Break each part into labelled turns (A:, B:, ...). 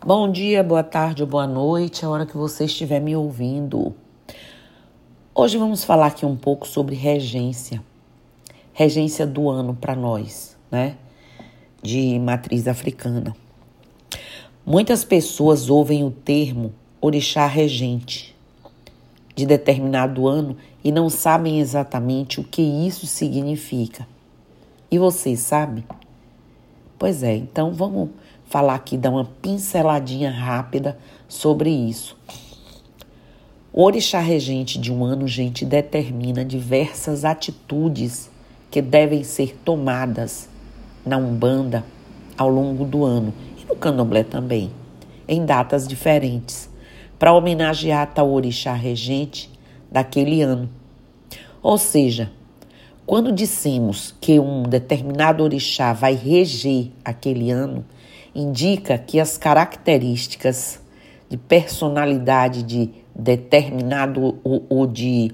A: Bom dia, boa tarde ou boa noite, a hora que você estiver me ouvindo. Hoje vamos falar aqui um pouco sobre regência. Regência do ano para nós, né? De matriz africana. Muitas pessoas ouvem o termo orixá regente de determinado ano e não sabem exatamente o que isso significa. E você sabe? Pois é, então vamos falar aqui, dar uma pinceladinha rápida sobre isso. O orixá regente de um ano, gente, determina diversas atitudes que devem ser tomadas na Umbanda ao longo do ano e no Candomblé também, em datas diferentes, para homenagear tal orixá regente daquele ano. Ou seja, quando dissemos que um determinado orixá vai reger aquele ano, indica que as características de personalidade de determinado ou de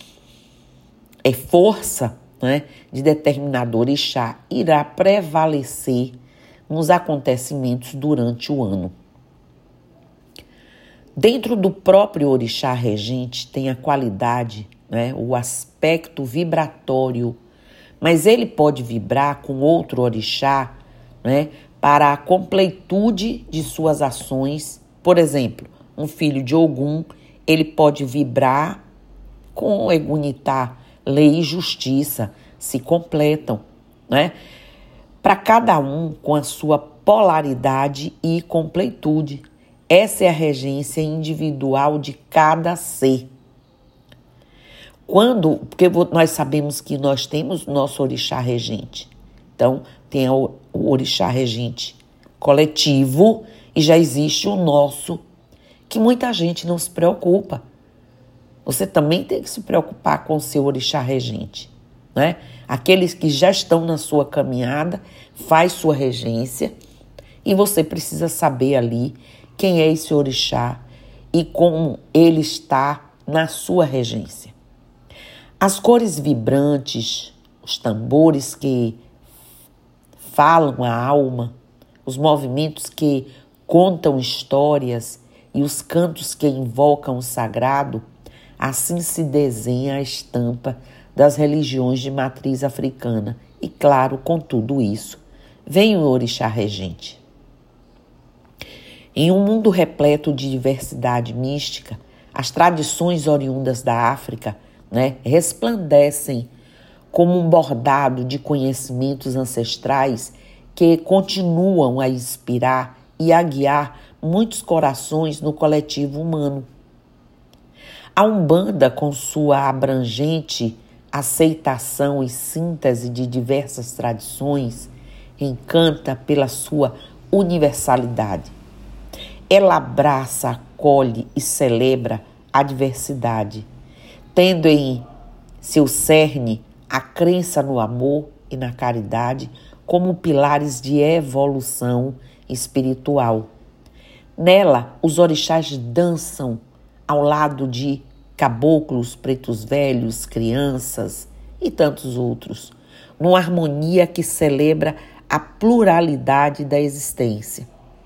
A: força, né, de determinado orixá irá prevalecer nos acontecimentos durante o ano. Dentro do próprio orixá regente tem a qualidade, né, o aspecto vibratório, mas ele pode vibrar com outro orixá, né, para a completude de suas ações. Por exemplo, um filho de Ogum, ele pode vibrar com Egunitá, lei e justiça se completam, né? Para cada um com a sua polaridade e completude. Essa é a regência individual de cada ser. Porque nós sabemos que nós temos nosso orixá regente. Então, tem o orixá regente coletivo e já existe o nosso, que muita gente não se preocupa. Você também tem que se preocupar com o seu orixá regente, né? Aqueles que já estão na sua caminhada, faz sua regência e você precisa saber ali quem é esse orixá e como ele está na sua regência. As cores vibrantes, os tambores que falam a alma, os movimentos que contam histórias e os cantos que invocam o sagrado, assim se desenha a estampa das religiões de matriz africana. E claro, com tudo isso, vem o orixá regente. Em um mundo repleto de diversidade mística, as tradições oriundas da África, né, resplandecem como um bordado de conhecimentos ancestrais que continuam a inspirar e a guiar muitos corações no coletivo humano. A Umbanda, com sua abrangente aceitação e síntese de diversas tradições, encanta pela sua universalidade. Ela abraça, acolhe e celebra a diversidade, tendo em seu cerne a crença no amor e na caridade como pilares de evolução espiritual. Nela, os orixás dançam ao lado de caboclos, pretos velhos, crianças e tantos outros, numa harmonia que celebra a pluralidade da existência.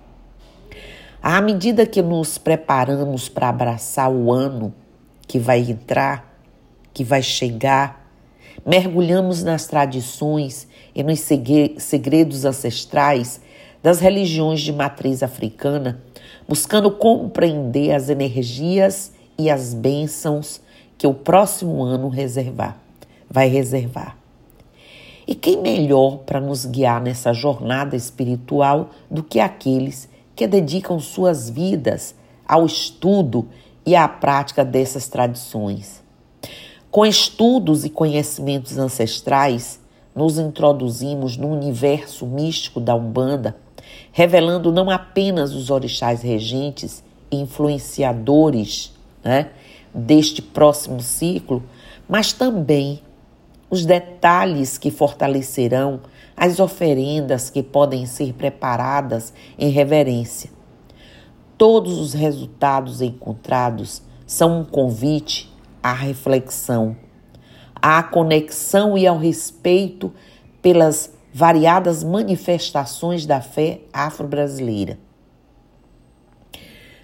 A: À medida que nos preparamos para abraçar o ano que vai entrar, que vai chegar, mergulhamos nas tradições e nos segredos ancestrais das religiões de matriz africana, buscando compreender as energias e as bênçãos que o próximo ano vai reservar. E quem melhor para nos guiar nessa jornada espiritual do que aqueles que dedicam suas vidas ao estudo e à prática dessas tradições? Com estudos e conhecimentos ancestrais, nos introduzimos no universo místico da Umbanda, revelando não apenas os orixás regentes e influenciadores, né, deste próximo ciclo, mas também os detalhes que fortalecerão as oferendas que podem ser preparadas em reverência. Todos os resultados encontrados são um convite à reflexão, à conexão e ao respeito pelas variadas manifestações da fé afro-brasileira.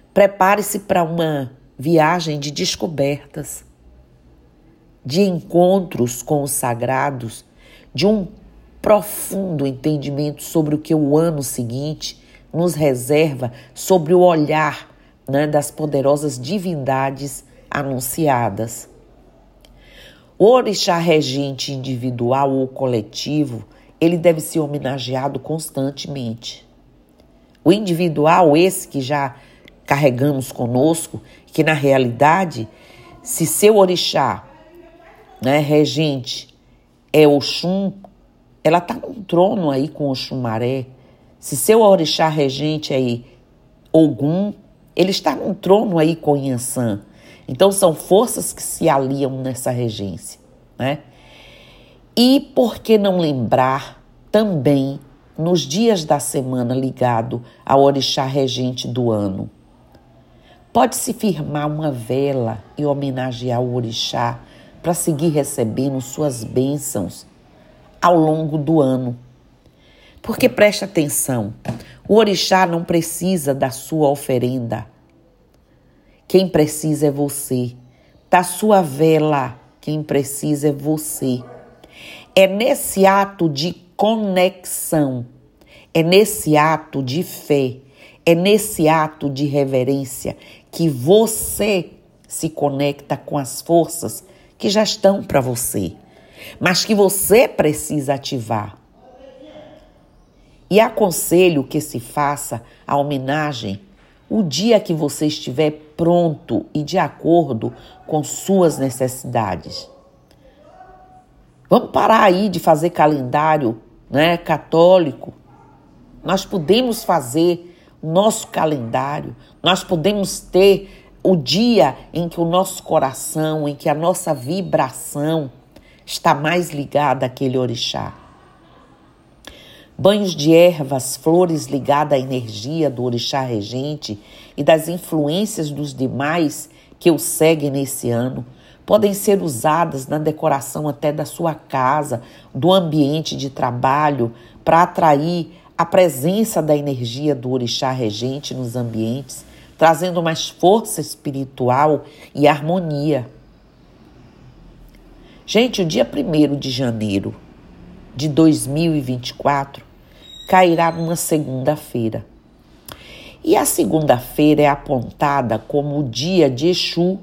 A: Prepare-se para uma viagem de descobertas, de encontros com os sagrados, de um profundo entendimento sobre o que o ano seguinte nos reserva, sobre o olhar, né, das poderosas divindades anunciadas. O orixá regente individual ou coletivo, ele deve ser homenageado constantemente. O individual, esse que já carregamos conosco, que na realidade, se seu orixá, né, regente é Oxum, ela está num trono aí com Oxumaré. Se seu orixá regente é Ogum, ele está num trono aí com Inhansã. Então são forças que se aliam nessa regência, né? E por que não lembrar também nos dias da semana ligado ao orixá regente do ano? Pode-se firmar uma vela e homenagear o orixá para seguir recebendo suas bênçãos ao longo do ano. Porque preste atenção, o orixá não precisa da sua oferenda. Quem precisa é você. Da sua vela, quem precisa é você. É nesse ato de conexão, é nesse ato de fé, é nesse ato de reverência que você se conecta com as forças que já estão para você, mas que você precisa ativar. E aconselho que se faça a homenagem o dia que você estiver pronto e de acordo com suas necessidades. Vamos parar aí de fazer calendário, né, católico. Nós podemos fazer o nosso calendário, nós podemos ter o dia em que o nosso coração, em que a nossa vibração está mais ligada àquele orixá. Banhos de ervas, flores ligadas à energia do orixá regente e das influências dos demais que o seguem nesse ano podem ser usadas na decoração até da sua casa, do ambiente de trabalho, para atrair a presença da energia do orixá regente nos ambientes, trazendo mais força espiritual e harmonia. Gente, o dia 1º de janeiro de 2024 cairá numa segunda-feira. E a segunda-feira é apontada como o dia de Exu,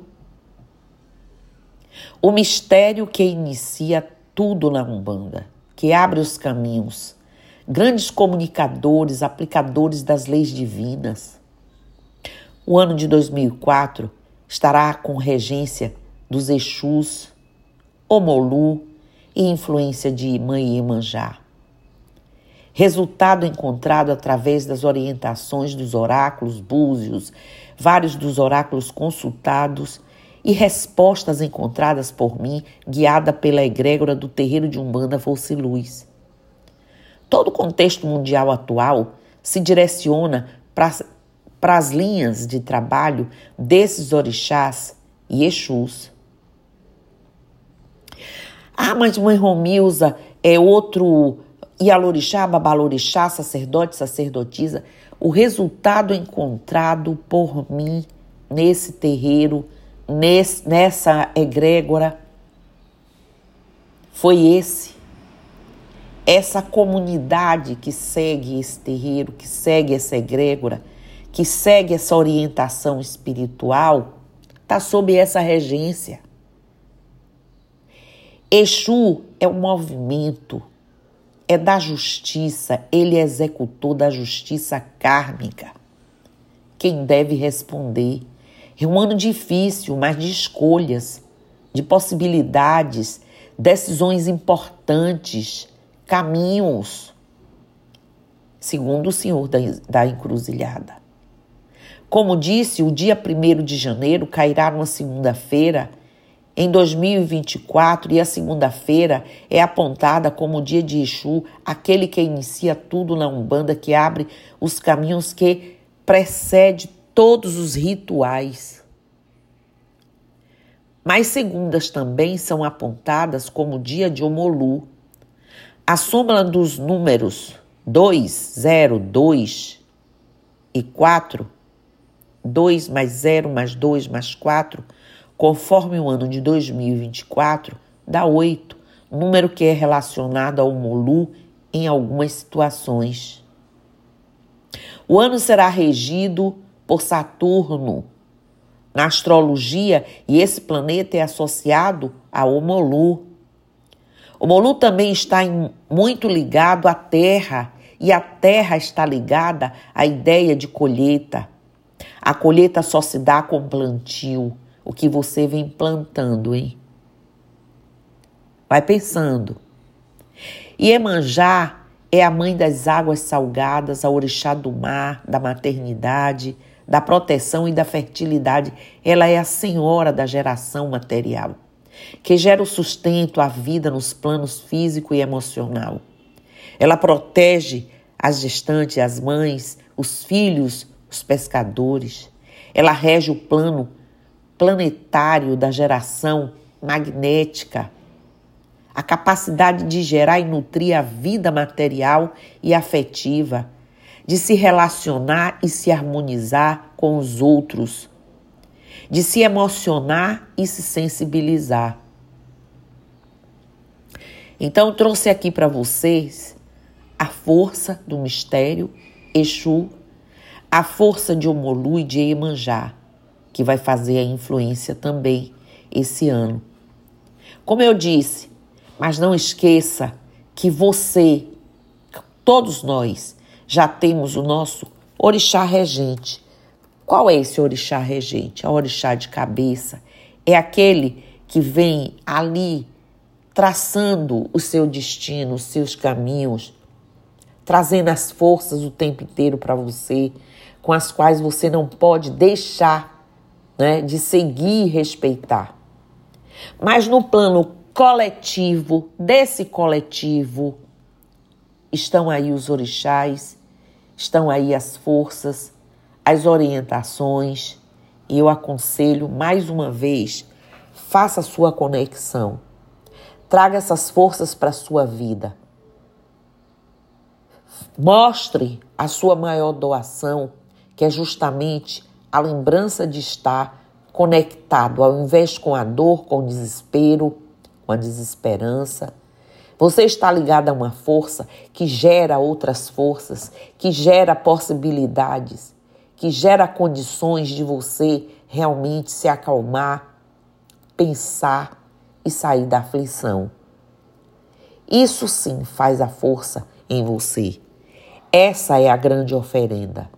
A: o mistério que inicia tudo na Umbanda, que abre os caminhos, grandes comunicadores, aplicadores das leis divinas. O ano de 2004 estará com regência dos Exus, Omolu e influência de Mãe Iemanjá. Resultado encontrado através das orientações dos oráculos búzios, vários dos oráculos consultados e respostas encontradas por mim, guiada pela egrégora do terreiro de Umbanda Força e Luz. Todo o contexto mundial atual se direciona para as linhas de trabalho desses orixás e Exus. Ah, mas Mãe Romilza é outro Ialorixá, Babalorixá, sacerdote, sacerdotisa. O resultado encontrado por mim nesse terreiro, nessa egrégora, foi esse. Essa comunidade que segue esse terreiro, que segue essa egrégora, que segue essa orientação espiritual, está sob essa regência. Exu é um movimento, é da justiça, ele é executor da justiça kármica. Quem deve responder? É um ano difícil, mas de escolhas, de possibilidades, decisões importantes, caminhos, segundo o Senhor da Encruzilhada. Como disse, o dia 1º de janeiro cairá numa segunda-feira em 2024 e a segunda-feira é apontada como o dia de Exu, aquele que inicia tudo na Umbanda, que abre os caminhos, que precede todos os rituais. Mas segundas também são apontadas como o dia de Omolu. A soma dos números 2, 0, 2 e 4 2 mais 0 mais 2 mais 4, conforme o ano de 2024, dá 8, número que é relacionado ao Molu em algumas situações. O ano será regido por Saturno na astrologia e esse planeta é associado ao Molu. O Molu também está muito ligado à Terra e a Terra está ligada à ideia de colheita. A colheita só se dá com plantio, o que você vem plantando, hein? Vai pensando. Iemanjá é a mãe das águas salgadas, a orixá do mar, da maternidade, da proteção e da fertilidade. Ela é a senhora da geração material, que gera o sustento, a vida nos planos físico e emocional. Ela protege as gestantes, as mães, os filhos, os pescadores. Ela rege o plano planetário da geração magnética, a capacidade de gerar e nutrir a vida material e afetiva, de se relacionar e se harmonizar com os outros, de se emocionar e se sensibilizar. Então, trouxe aqui para vocês a força do mistério Exu, a força de Omolu e de Iemanjá, que vai fazer a influência também esse ano. Como eu disse, mas não esqueça que você, todos nós, já temos o nosso orixá regente. Qual é esse orixá regente? É o orixá de cabeça. É aquele que vem ali traçando o seu destino, os seus caminhos, trazendo as forças o tempo inteiro para você, com as quais você não pode deixar, né, de seguir e respeitar. Mas no plano coletivo, desse coletivo, estão aí os orixás, estão aí as forças, as orientações, e eu aconselho mais uma vez, faça a sua conexão, traga essas forças para a sua vida, mostre a sua maior doação, que é justamente a lembrança de estar conectado, ao invés com a dor, com o desespero, com a desesperança. Você está ligado a uma força que gera outras forças, que gera possibilidades, que gera condições de você realmente se acalmar, pensar e sair da aflição. Isso sim faz a força em você. Essa é a grande oferenda.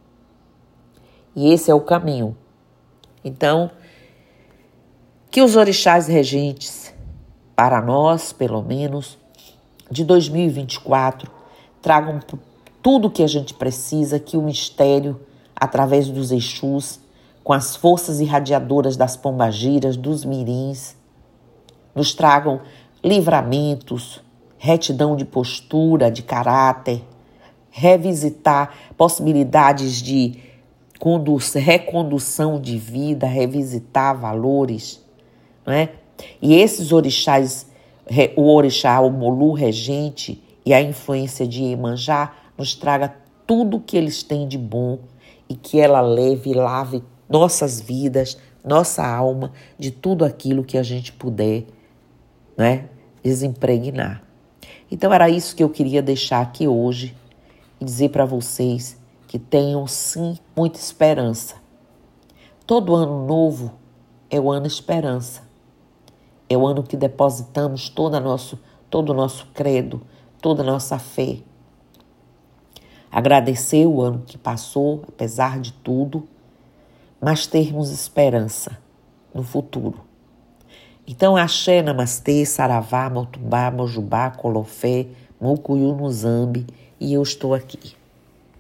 A: E esse é o caminho. Então, que os orixás regentes, para nós, pelo menos, de 2024, tragam tudo o que a gente precisa, que o mistério, através dos Exus, com as forças irradiadoras das pombagiras, dos mirins, nos tragam livramentos, retidão de postura, de caráter, revisitar possibilidades de recondução de vida, revisitar valores, não é? E esses orixás, o orixá, o Molu regente e a influência de Iemanjá, nos traga tudo que eles têm de bom e que ela leve e lave nossas vidas, nossa alma, de tudo aquilo que a gente puder, né, desempregnar. Então era isso que eu queria deixar aqui hoje e dizer para vocês que tenham sim muita esperança. Todo ano novo é o ano esperança. É o ano que depositamos todo o nosso credo, toda a nossa fé. Agradecer o ano que passou, apesar de tudo, mas termos esperança no futuro. Então, axé, namastê, saravá, motumbá, mojubá, colofé, mucuyu no zambi, e eu estou aqui.